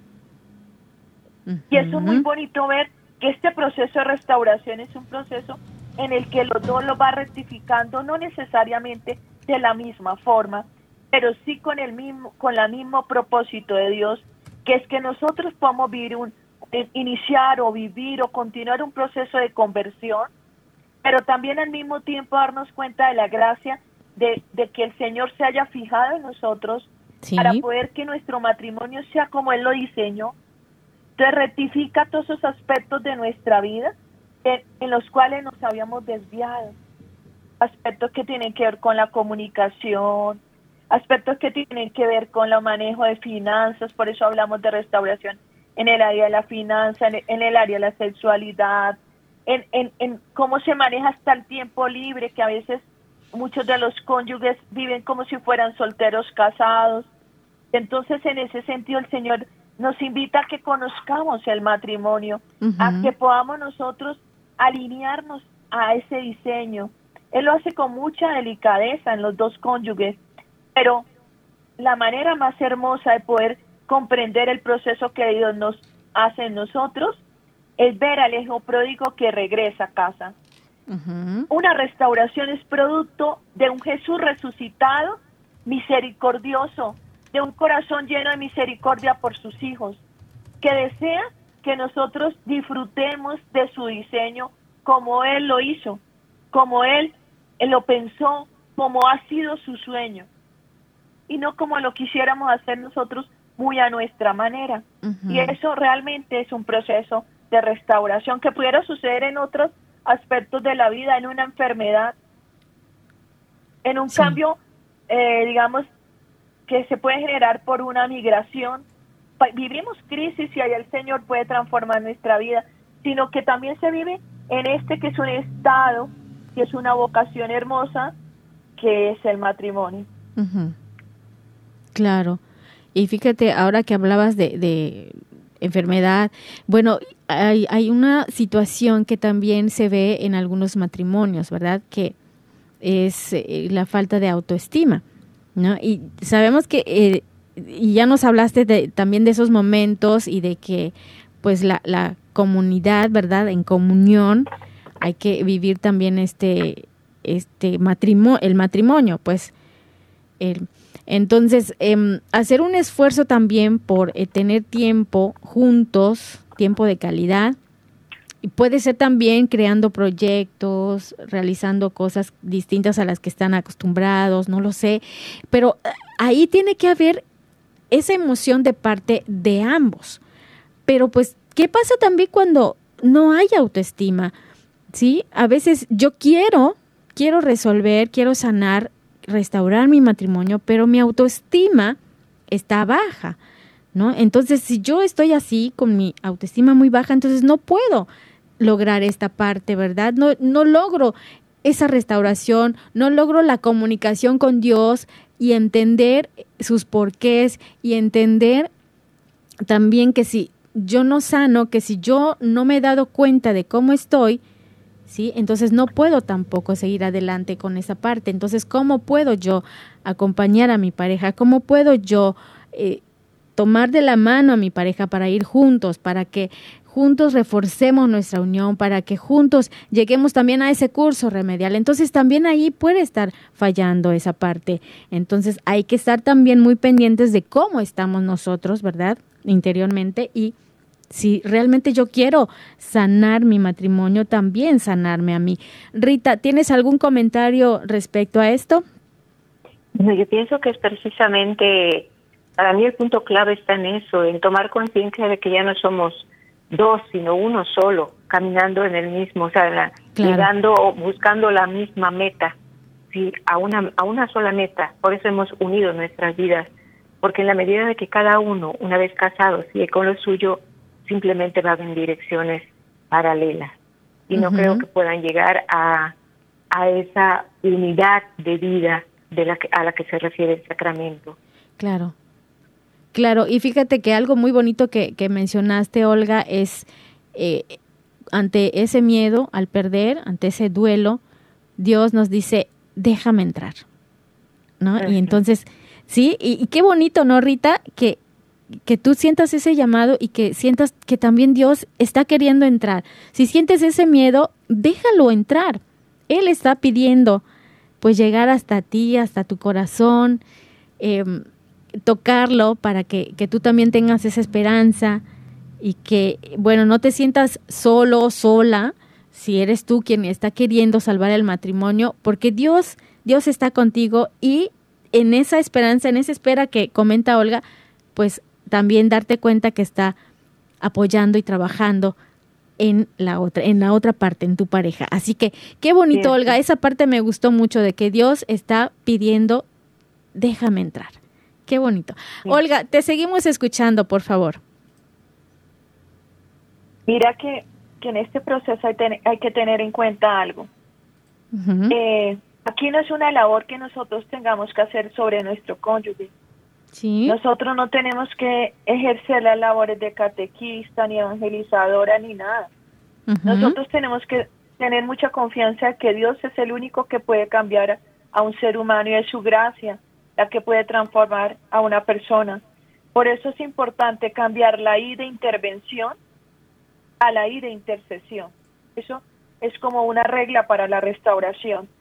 Uh-huh. Y eso es muy bonito ver que este proceso de restauración es un proceso en el que los dos lo va rectificando, no necesariamente de la misma forma, pero sí con el mismo, con el mismo propósito de Dios, que es que nosotros podamos vivir un, iniciar o vivir o continuar un proceso de conversión, pero también al mismo tiempo darnos cuenta de la gracia de, de que el Señor se haya fijado en nosotros, sí, para poder que nuestro matrimonio sea como Él lo diseñó. Entonces rectifica todos esos aspectos de nuestra vida en, en los cuales nos habíamos desviado, aspectos que tienen que ver con la comunicación, aspectos que tienen que ver con el manejo de finanzas, por eso hablamos de restauración en el área de la finanza, en, en el área de la sexualidad, en, en, en cómo se maneja hasta el tiempo libre, que a veces muchos de los cónyuges viven como si fueran solteros casados. Entonces, en ese sentido, el Señor nos invita a que conozcamos el matrimonio, uh-huh. a que podamos nosotros alinearnos a ese diseño. Él lo hace con mucha delicadeza en los dos cónyuges, pero la manera más hermosa de poder comprender el proceso que Dios nos hace en nosotros es ver al hijo pródigo que regresa a casa. Uh-huh. Una restauración es producto de un Jesús resucitado, misericordioso, de un corazón lleno de misericordia por sus hijos, que desea que nosotros disfrutemos de su diseño como Él lo hizo, como Él, él lo pensó, como ha sido su sueño, y no como lo quisiéramos hacer nosotros muy a nuestra manera. Uh-huh. Y eso realmente es un proceso de restauración que pudiera suceder en otros aspectos de la vida, en una enfermedad, en un sí. cambio, eh, digamos, que se puede generar por una migración. Vivimos crisis y ahí el Señor puede transformar nuestra vida, sino que también se vive en este que es un estado, que es una vocación hermosa, que es el matrimonio. Uh-huh. Claro. Y fíjate, ahora que hablabas de, de enfermedad, bueno, hay, hay una situación que también se ve en algunos matrimonios, ¿verdad? Que es eh, la falta de autoestima, ¿no? Y sabemos que, eh, y ya nos hablaste de, también de esos momentos y de que, pues, la, la comunidad, ¿verdad? En comunión hay que vivir también este, este matrimonio, el matrimonio, pues, el... Entonces, eh, hacer un esfuerzo también por eh, tener tiempo juntos, tiempo de calidad, y puede ser también creando proyectos, realizando cosas distintas a las que están acostumbrados, no lo sé, pero ahí tiene que haber esa emoción de parte de ambos. Pero pues, ¿qué pasa también cuando no hay autoestima? ¿Sí? A veces yo quiero, quiero resolver, quiero sanar, restaurar mi matrimonio, pero mi autoestima está baja, ¿no? Entonces, si yo estoy así, con mi autoestima muy baja, entonces no puedo lograr esta parte, ¿verdad? No, no logro esa restauración, no logro la comunicación con Dios y entender sus porqués y entender también que si yo no sano, que si yo no me he dado cuenta de cómo estoy, ¿sí? Entonces no puedo tampoco seguir adelante con esa parte. Entonces, ¿cómo puedo yo acompañar a mi pareja? ¿Cómo puedo yo eh, tomar de la mano a mi pareja para ir juntos, para que juntos reforcemos nuestra unión, para que juntos lleguemos también a ese curso remedial? Entonces, también ahí puede estar fallando esa parte. Entonces, hay que estar también muy pendientes de cómo estamos nosotros, ¿verdad? Interiormente, y si realmente yo quiero sanar mi matrimonio, también sanarme a mí. Rita, ¿tienes algún comentario respecto a esto? No, yo pienso que es precisamente, para mí el punto clave está en eso, en tomar conciencia de que ya no somos dos, sino uno solo, caminando en el mismo, o sea, la, claro. llegando o buscando la misma meta, sí, a una a una sola meta. Por eso hemos unido nuestras vidas, porque en la medida de que cada uno, una vez casado, sigue con lo suyo, simplemente van en direcciones paralelas. y no uh-huh. creo que puedan llegar a, a esa unidad de vida de la que, a la que se refiere el sacramento. Claro, claro, y fíjate que algo muy bonito que, que mencionaste, Olga, es eh, ante ese miedo al perder, ante ese duelo, Dios nos dice, déjame entrar, ¿no? Uh-huh. Y entonces, sí, y, y qué bonito, ¿no, Rita? Que, que tú sientas ese llamado y que sientas que también Dios está queriendo entrar. Si sientes ese miedo, déjalo entrar. Él está pidiendo, pues, llegar hasta ti, hasta tu corazón, eh, tocarlo para que, que tú también tengas esa esperanza y que, bueno, no te sientas solo, sola, si eres tú quien está queriendo salvar el matrimonio, porque Dios, Dios está contigo y en esa esperanza, en esa espera que comenta Olga, pues también darte cuenta que está apoyando y trabajando en la otra, en la otra parte, en tu pareja. Así que qué bonito, sí, Olga, esa parte me gustó mucho de que Dios está pidiendo, déjame entrar. Qué bonito. Sí. Olga, te seguimos escuchando, por favor. Mira que, que en este proceso hay, ten, hay que tener en cuenta algo. Uh-huh. Eh, aquí no es una labor que nosotros tengamos que hacer sobre nuestro cónyuge. Sí. Nosotros no tenemos que ejercer las labores de catequista, ni evangelizadora, ni nada. Uh-huh. Nosotros tenemos que tener mucha confianza que Dios es el único que puede cambiar a un ser humano y es su gracia la que puede transformar a una persona. Por eso es importante cambiar la I de intervención a la I de intercesión. Eso es como una regla para la restauración.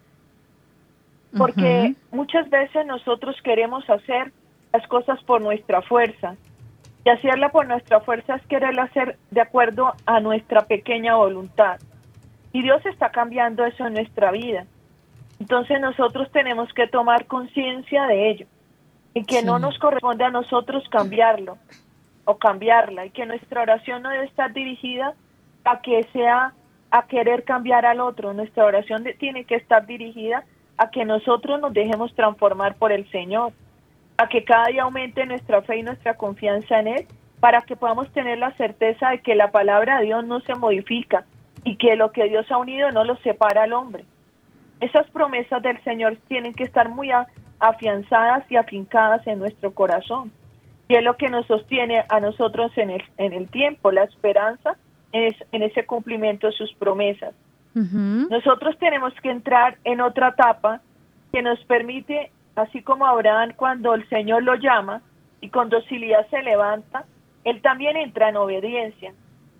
Porque uh-huh. muchas veces nosotros queremos hacer las cosas por nuestra fuerza. Y hacerla por nuestra fuerza es quererla hacer de acuerdo a nuestra pequeña voluntad. Y Dios está cambiando eso en nuestra vida. Entonces nosotros tenemos que tomar conciencia de ello. Y que sí. no nos corresponde a nosotros cambiarlo o cambiarla. Y que nuestra oración no debe estar dirigida a que sea a querer cambiar al otro. Nuestra oración de, tiene que estar dirigida a que nosotros nos dejemos transformar por el Señor. A que cada día aumente nuestra fe y nuestra confianza en Él, para que podamos tener la certeza de que la palabra de Dios no se modifica y que lo que Dios ha unido no lo separa al hombre. Esas promesas del Señor tienen que estar muy afianzadas y afincadas en nuestro corazón. Y es lo que nos sostiene a nosotros en el, en el tiempo, la esperanza en, es, en ese cumplimiento de sus promesas. Uh-huh. Nosotros tenemos que entrar en otra etapa que nos permite, así como Abraham, cuando el Señor lo llama y con docilidad se levanta, él también entra en obediencia.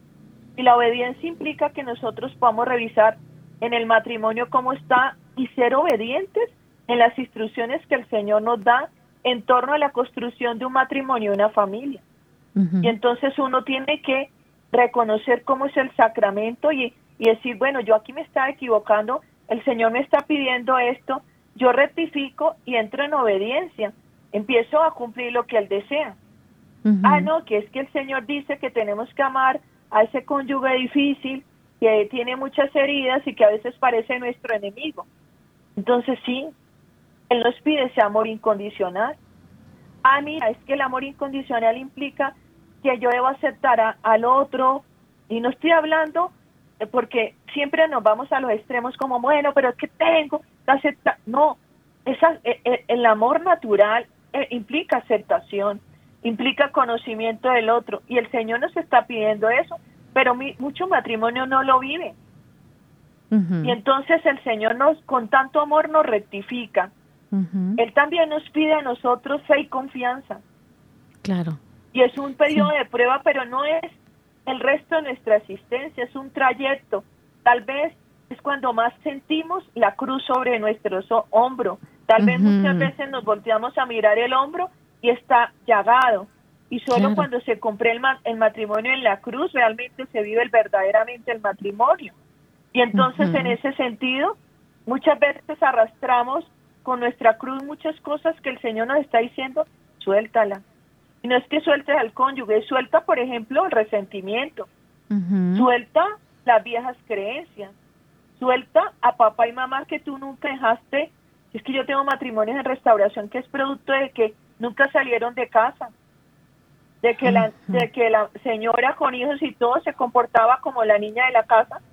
Y la obediencia implica que nosotros podamos revisar en el matrimonio cómo está y ser obedientes en las instrucciones que el Señor nos da en torno a la construcción de un matrimonio y una familia. Uh-huh. Y entonces uno tiene que reconocer cómo es el sacramento y, y decir, bueno, yo aquí me estaba equivocando, el Señor me está pidiendo esto, yo rectifico y entro en obediencia, empiezo a cumplir lo que Él desea. Uh-huh. Ah, no, que es que el Señor dice que tenemos que amar a ese cónyuge difícil, que tiene muchas heridas y que a veces parece nuestro enemigo. Entonces sí, Él nos pide ese amor incondicional. Ah, mira, es que el amor incondicional implica que yo debo aceptar a, al otro, y no estoy hablando eh, porque siempre nos vamos a los extremos como, bueno, pero es que tengo que aceptar. No, esa, eh, el amor natural eh, implica aceptación, implica conocimiento del otro, y el Señor nos está pidiendo eso, pero mi, muchos matrimonios no lo viven. Uh-huh. Y entonces el Señor nos, con tanto amor, nos rectifica. Uh-huh. Él también nos pide a nosotros fe y confianza. Claro. Y es un periodo sí. de prueba, pero no es el resto de nuestra existencia, es un trayecto. Tal vez es cuando más sentimos la cruz sobre nuestro so- hombro. Tal uh-huh. vez muchas veces nos volteamos a mirar el hombro y está llagado. Y solo claro. cuando se cumple el, ma- el matrimonio en la cruz, realmente se vive el, verdaderamente el matrimonio. Y entonces, uh-huh. en ese sentido, muchas veces arrastramos con nuestra cruz muchas cosas que el Señor nos está diciendo, suéltala. Y no es que sueltes al cónyuge, suelta, por ejemplo, el resentimiento. Uh-huh. Suelta las viejas creencias. Suelta a papá y mamá que tú nunca dejaste. Es que yo tengo matrimonios en restauración que es producto de que nunca salieron de casa. De que, la, de que la señora con hijos y todo se comportaba como la niña de la casa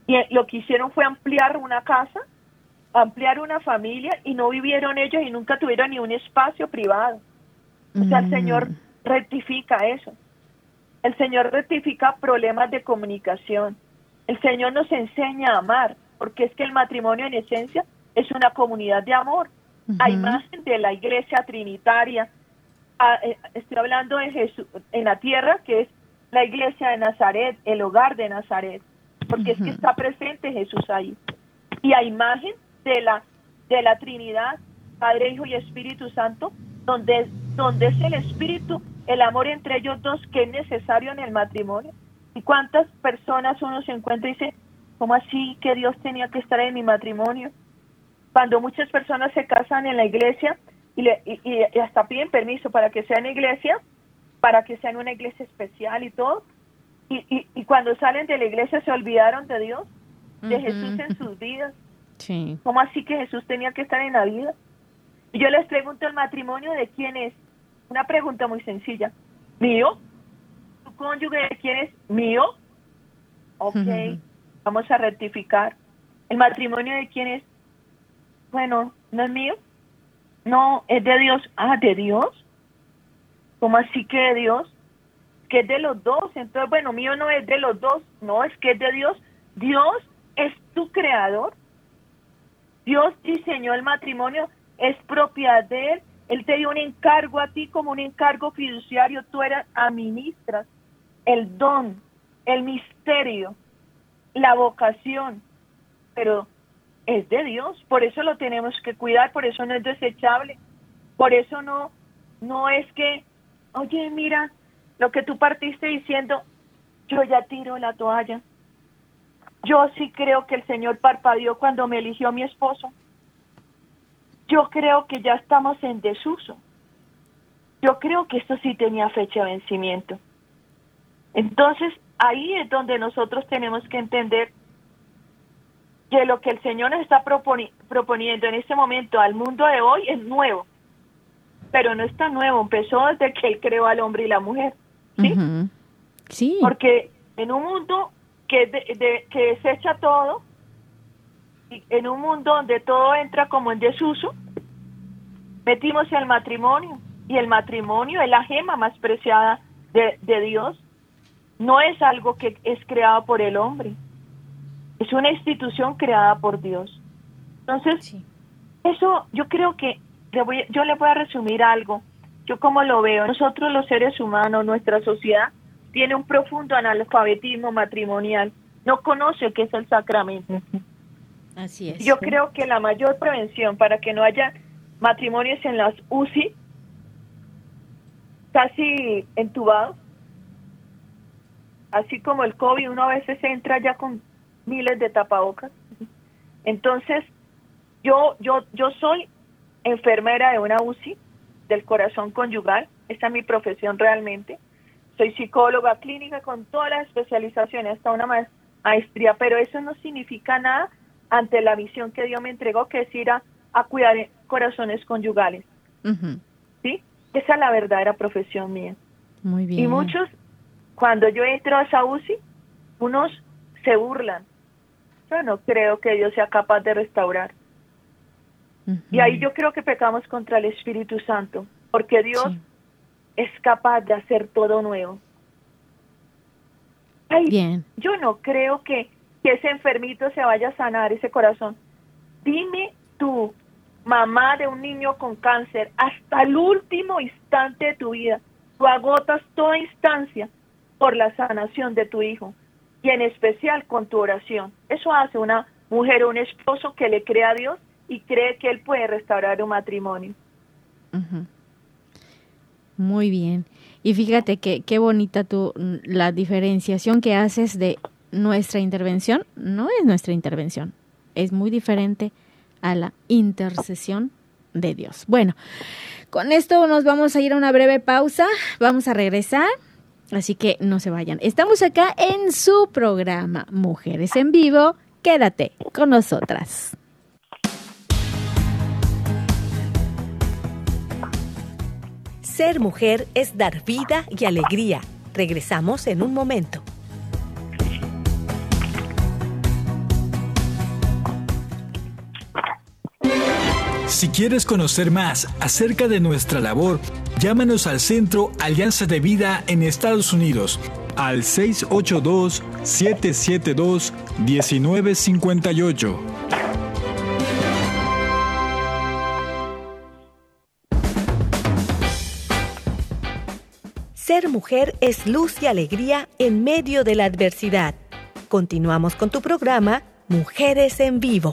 y lo que hicieron fue ampliar una casa, ampliar una familia, y no vivieron ellos y nunca tuvieron ni un espacio privado. O sea, el Señor rectifica eso. El Señor rectifica problemas de comunicación. El Señor nos enseña a amar, porque es que el matrimonio en esencia es una comunidad de amor. Uh-huh. A imagen de la iglesia trinitaria, a, eh, estoy hablando de Jesús en la tierra, que es la iglesia de Nazaret, el hogar de Nazaret, porque uh-huh. es que está presente Jesús ahí. Y a imagen de la, de la Trinidad, Padre, Hijo y Espíritu Santo, donde, donde es el Espíritu, el amor entre ellos dos que es necesario en el matrimonio. ¿Y cuántas personas uno se encuentra y dice, ¿cómo así que Dios tenía que estar en mi matrimonio? Cuando muchas personas se casan en la iglesia y, le, y, y hasta piden permiso para que sea en iglesia, para que sea en una iglesia especial y todo, y, y, y cuando salen de la iglesia se olvidaron de Dios, de uh-huh. Jesús en sus vidas. Sí. ¿Cómo así que Jesús tenía que estar en la vida? Y yo les pregunto, ¿el matrimonio de quién es? Una pregunta muy sencilla. ¿Mío? ¿Tu cónyuge de quién es? ¿Mío? Ok, uh-huh. vamos a rectificar. ¿El matrimonio de quién es? Bueno, ¿no es mío? No, es de Dios. Ah, ¿de Dios? ¿Cómo así que de Dios? Que es de los dos. Entonces, bueno, mío no es de los dos. No, es que es de Dios. Dios es tu creador. Dios diseñó el matrimonio, es propiedad de Él. Él te dio un encargo a ti como un encargo fiduciario. Tú eras administras el don, el misterio, la vocación, pero es de Dios. Por eso lo tenemos que cuidar, por eso no es desechable. Por eso no, no es que, oye, mira, lo que tú partiste diciendo, yo ya tiro la toalla. Yo sí creo que el Señor parpadeó cuando me eligió a mi esposo. Yo creo que ya estamos en desuso. Yo creo que esto sí tenía fecha de vencimiento. Entonces, ahí es donde nosotros tenemos que entender que lo que el Señor nos está proponi- proponiendo en este momento al mundo de hoy es nuevo. Pero no es tan nuevo, empezó desde que Él creó al hombre y la mujer. ¿Sí? Uh-huh. Sí. Porque en un mundo que, de, de, que desecha todo, y en un mundo donde todo entra como en desuso, metimos el matrimonio, y el matrimonio es la gema más preciada de, de Dios. No es algo que es creado por el hombre, es una institución creada por Dios. Entonces, sí. eso yo creo que le voy, yo le voy a resumir algo. Yo como lo veo, nosotros los seres humanos, nuestra sociedad tiene un profundo analfabetismo matrimonial, no conoce qué es el sacramento. Así es. Yo ¿sí? creo que la mayor prevención para que no haya matrimonios en las U C I, casi entubados, así como el COVID, uno a veces entra ya con miles de tapabocas. Entonces, yo yo yo soy enfermera de una U C I del corazón conyugal, esa es mi profesión realmente. Soy psicóloga clínica con todas las especializaciones, hasta una maestría, pero eso no significa nada ante la misión que Dios me entregó, que es ir a, a cuidar corazones conyugales. Uh-huh. ¿Sí? Esa es la verdadera profesión mía. Muy bien. Y muchos, cuando yo entro a esa U C I, unos se burlan. Yo no creo que Dios sea capaz de restaurar. Uh-huh. Y ahí yo creo que pecamos contra el Espíritu Santo, porque Dios sí. es capaz de hacer todo nuevo. Ay, bien. Yo no creo que, que ese enfermito se vaya a sanar, ese corazón. Dime tú, mamá de un niño con cáncer, hasta el último instante de tu vida, tú agotas toda instancia por la sanación de tu hijo, y en especial con tu oración. Eso hace una mujer o un esposo que le cree a Dios y cree que Él puede restaurar un matrimonio. Uh-huh. Muy bien. Y fíjate que qué bonita tú, la diferenciación que haces de nuestra intervención. No es nuestra intervención, es muy diferente a la intercesión de Dios. Bueno, con esto nos vamos a ir a una breve pausa, vamos a regresar, así que no se vayan. Estamos acá en su programa Mujeres en Vivo, quédate con nosotras. Ser mujer es dar vida y alegría. Regresamos en un momento. Si quieres conocer más acerca de nuestra labor, llámanos al Centro Alianza de Vida en Estados Unidos al seis ocho dos, siete siete dos, uno nueve cinco ocho. Ser mujer es luz y alegría en medio de la adversidad. Continuamos con tu programa Mujeres en Vivo.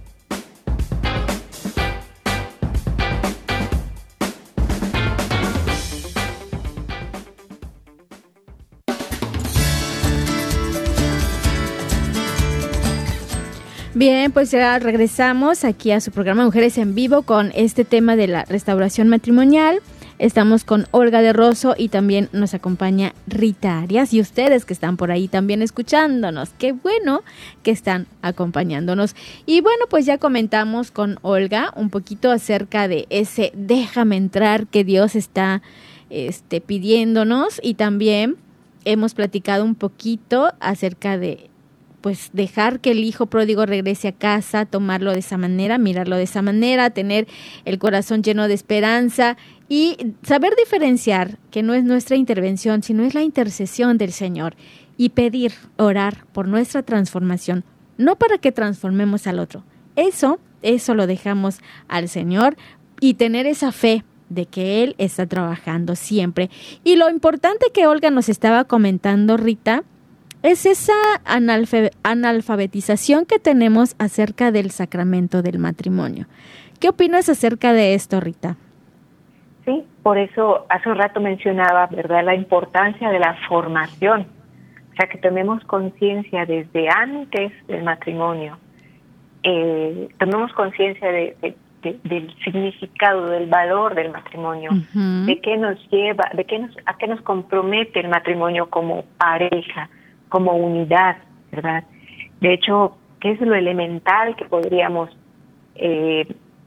Bien, pues ya regresamos aquí a su programa Mujeres en Vivo con este tema de la restauración matrimonial. Estamos con Olga de Rosso y también nos acompaña Rita Arias y ustedes que están por ahí también escuchándonos. Qué bueno que están acompañándonos. Y bueno, pues ya comentamos con Olga un poquito acerca de ese déjame entrar que Dios está este, pidiéndonos, y también hemos platicado un poquito acerca de pues dejar que el hijo pródigo regrese a casa, tomarlo de esa manera, mirarlo de esa manera, tener el corazón lleno de esperanza y saber diferenciar que no es nuestra intervención, sino es la intercesión del Señor, y pedir, orar por nuestra transformación, no para que transformemos al otro. Eso, eso lo dejamos al Señor, y tener esa fe de que Él está trabajando siempre. Y lo importante que Olga nos estaba comentando, Rita, es esa analfe- analfabetización que tenemos acerca del sacramento del matrimonio. ¿Qué opinas acerca de esto, Rita? Sí, por eso hace un rato mencionaba, ¿verdad?, la importancia de la formación. O sea, que tomemos conciencia desde antes del matrimonio, eh, tomemos conciencia de, de, de, del significado, del valor del matrimonio, uh-huh. de qué nos lleva, de qué nos, a qué nos compromete el matrimonio como pareja, como unidad, ¿verdad? De hecho, ¿qué es lo elemental que podríamos eh,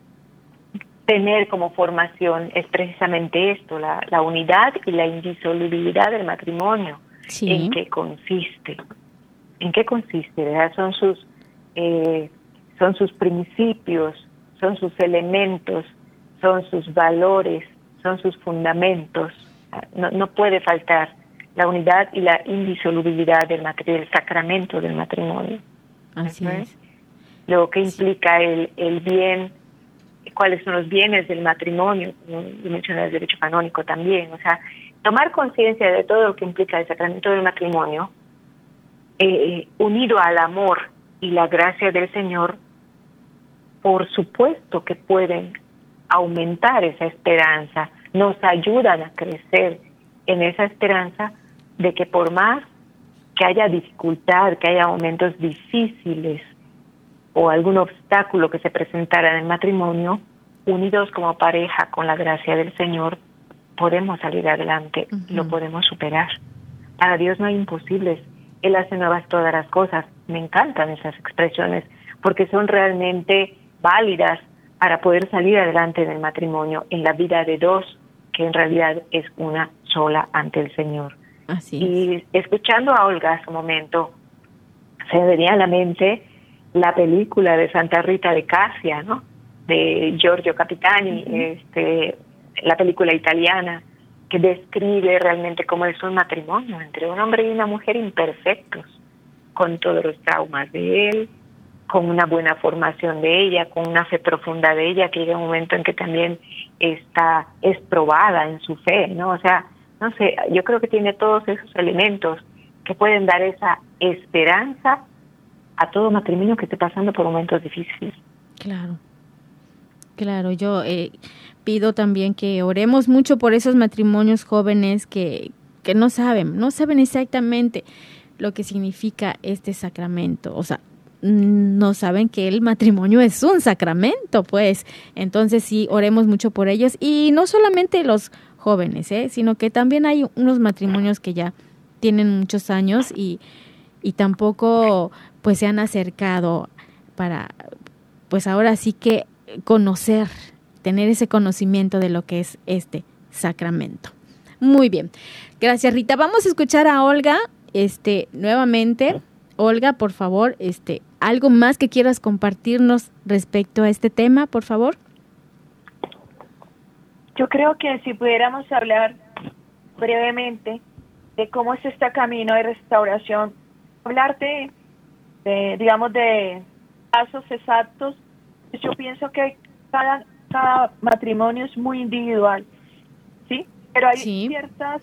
tener como formación? Es precisamente esto, la, la unidad y la indisolubilidad del matrimonio. Sí. ¿En qué consiste? ¿En qué consiste? ¿Verdad? Son sus, eh, son sus principios, son sus elementos, son sus valores, son sus fundamentos. No, no puede faltar la unidad y la indisolubilidad del, matri- del sacramento del matrimonio. Así ¿sí? es. Lo que implica el, el bien, cuáles son los bienes del matrimonio, como mencioné el derecho canónico también. O sea, tomar conciencia de todo lo que implica el sacramento del matrimonio, eh, unido al amor y la gracia del Señor, por supuesto que pueden aumentar esa esperanza, nos ayudan a crecer en esa esperanza de que por más que haya dificultad, que haya momentos difíciles o algún obstáculo que se presentara en el matrimonio, unidos como pareja con la gracia del Señor, podemos salir adelante, uh-huh. lo podemos superar. Para Dios no hay imposibles, Él hace nuevas todas las cosas. Me encantan esas expresiones porque son realmente válidas para poder salir adelante en el matrimonio, en la vida de dos, que en realidad es una sola ante el Señor. Así y es. Escuchando a Olga hace un momento, se me venía a la mente la película de Santa Rita de Casia, ¿no?, de Giorgio Capitani, uh-huh. este, la película italiana, que describe realmente cómo es un matrimonio entre un hombre y una mujer imperfectos, con todos los traumas de él, con una buena formación de ella, con una fe profunda de ella, que llega un momento en que también está, es probada en su fe, ¿no? O sea, no sé, yo creo que tiene todos esos elementos que pueden dar esa esperanza a todo matrimonio que esté pasando por momentos difíciles. Claro, claro, yo eh, pido también que oremos mucho por esos matrimonios jóvenes que, que no saben, no saben exactamente lo que significa este sacramento, o sea, no saben que el matrimonio es un sacramento, pues. Entonces sí, oremos mucho por ellos, y no solamente los jóvenes, ¿eh? sino que también hay unos matrimonios que ya tienen muchos años y, y tampoco pues se han acercado para, pues ahora sí que conocer, tener ese conocimiento de lo que es este sacramento. Muy bien, gracias, Rita. Vamos a escuchar a Olga, este, nuevamente. Olga, por favor, este, algo más que quieras compartirnos respecto a este tema, por favor. Yo creo que si pudiéramos hablar brevemente de cómo es este camino de restauración, hablar de, de digamos, de pasos exactos, yo pienso que cada, cada matrimonio es muy individual, ¿sí? Pero hay sí. ciertas,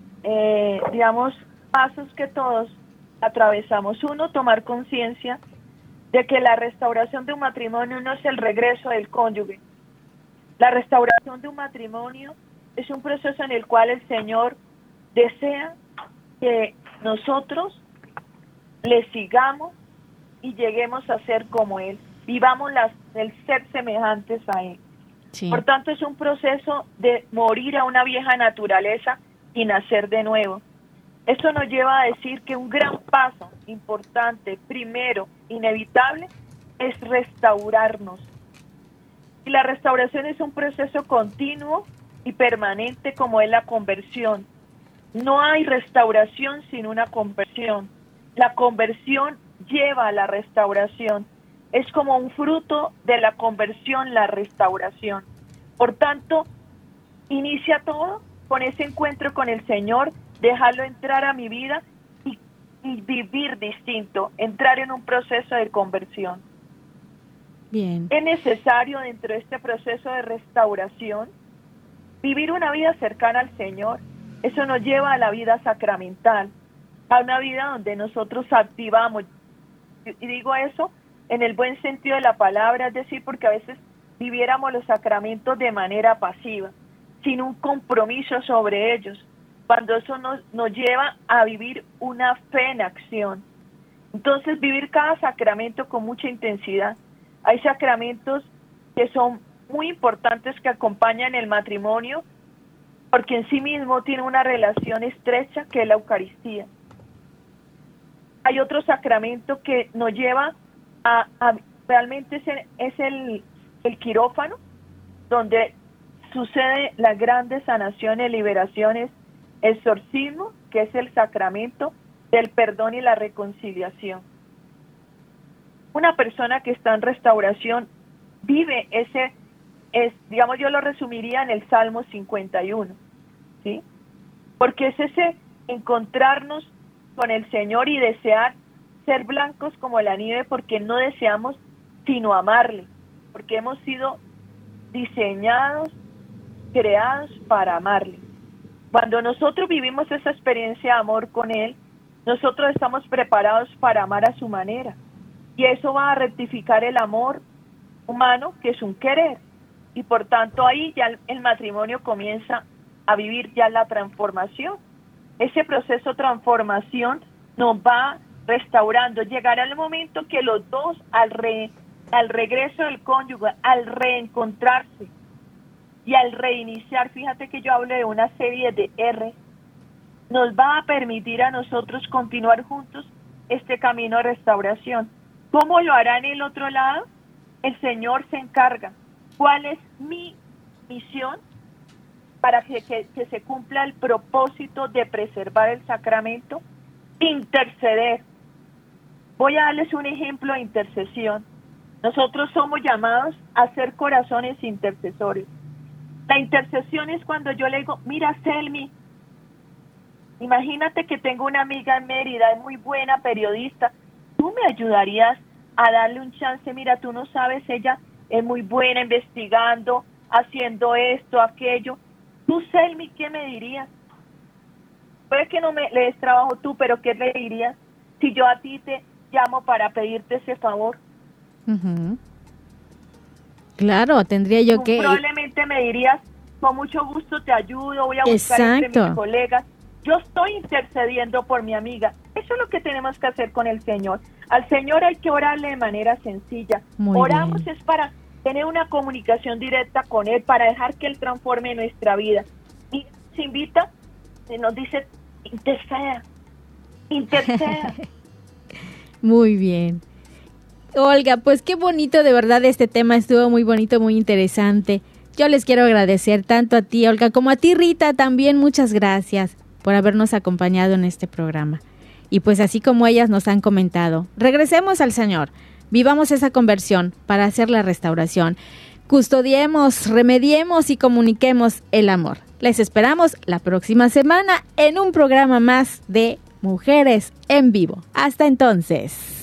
eh, digamos, pasos que todos atravesamos. Uno, tomar conciencia de que la restauración de un matrimonio no es el regreso del cónyuge. La restauración de un matrimonio es un proceso en el cual el Señor desea que nosotros le sigamos y lleguemos a ser como Él, vivamos las, el ser semejantes a Él. Sí. Por tanto, es un proceso de morir a una vieja naturaleza y nacer de nuevo. Esto nos lleva a decir que un gran paso importante, primero, inevitable, es restaurarnos. Y la restauración es un proceso continuo y permanente como es la conversión. No hay restauración sin una conversión. La conversión lleva a la restauración. Es como un fruto de la conversión, la restauración. Por tanto, inicia todo con ese encuentro con el Señor, dejarlo entrar a mi vida y, y vivir distinto, entrar en un proceso de conversión. Bien. Es necesario dentro de este proceso de restauración vivir una vida cercana al Señor. Eso nos lleva a la vida sacramental, a una vida donde nosotros activamos, y digo eso en el buen sentido de la palabra, es decir, porque a veces viviéramos los sacramentos de manera pasiva, sin un compromiso sobre ellos, cuando eso nos, nos lleva a vivir una fe en acción. Entonces, vivir cada sacramento con mucha intensidad. Hay sacramentos que son muy importantes que acompañan el matrimonio, porque en sí mismo tiene una relación estrecha que es la Eucaristía. Hay otro sacramento que nos lleva a, a realmente es, el, es el, el quirófano, donde sucede las grandes sanaciones, liberaciones, exorcismo, que es el sacramento del perdón y la reconciliación. Una persona que está en restauración vive ese, es, digamos, yo lo resumiría en el Salmo cincuenta y uno, ¿sí? Porque es ese encontrarnos con el Señor y desear ser blancos como la nieve, porque no deseamos sino amarle, porque hemos sido diseñados, creados para amarle. Cuando nosotros vivimos esa experiencia de amor con Él, nosotros estamos preparados para amar a su manera. Y eso va a rectificar el amor humano, que es un querer. Y por tanto ahí ya el matrimonio comienza a vivir ya la transformación. Ese proceso de transformación nos va restaurando. Llegará el momento que los dos, al, re, al regreso del cónyuge, al reencontrarse y al reiniciar, fíjate que yo hablo de una serie de R, nos va a permitir a nosotros continuar juntos este camino de restauración. ¿Cómo lo hará en el otro lado? El Señor se encarga. ¿Cuál es mi misión? Para que, que, que se cumpla el propósito de preservar el sacramento, interceder. Voy a darles un ejemplo de intercesión. Nosotros somos llamados a ser corazones intercesores. La intercesión es cuando yo le digo, mira, Selmi, imagínate que tengo una amiga en Mérida, es muy buena periodista, ¿tú me ayudarías a darle un chance? Mira, tú no sabes, ella es muy buena investigando, haciendo esto, aquello. Tú, Selmi, ¿qué me dirías? Puede que no me le des trabajo tú, pero ¿qué le dirías si yo a ti te llamo para pedirte ese favor? Uh-huh. Claro, tendría yo tú que... Probablemente me dirías, con mucho gusto te ayudo, voy a buscar Exacto. entre mis colegas. Yo estoy intercediendo por mi amiga. Eso es lo que tenemos que hacer con el Señor. Al Señor hay que orarle de manera sencilla. Muy Oramos bien. Es para tener una comunicación directa con Él, para dejar que Él transforme nuestra vida. Y se invita, nos dice, interceda, interceda. Muy bien. Olga, pues qué bonito, de verdad, este tema estuvo muy bonito, muy interesante. Yo les quiero agradecer tanto a ti, Olga, como a ti, Rita, también muchas gracias por habernos acompañado en este programa. Y pues así como ellas nos han comentado, regresemos al Señor, vivamos esa conversión para hacer la restauración. custodiemos, remediemos y comuniquemos el amor. Les esperamos la próxima semana en un programa más de Mujeres en Vivo. Hasta entonces.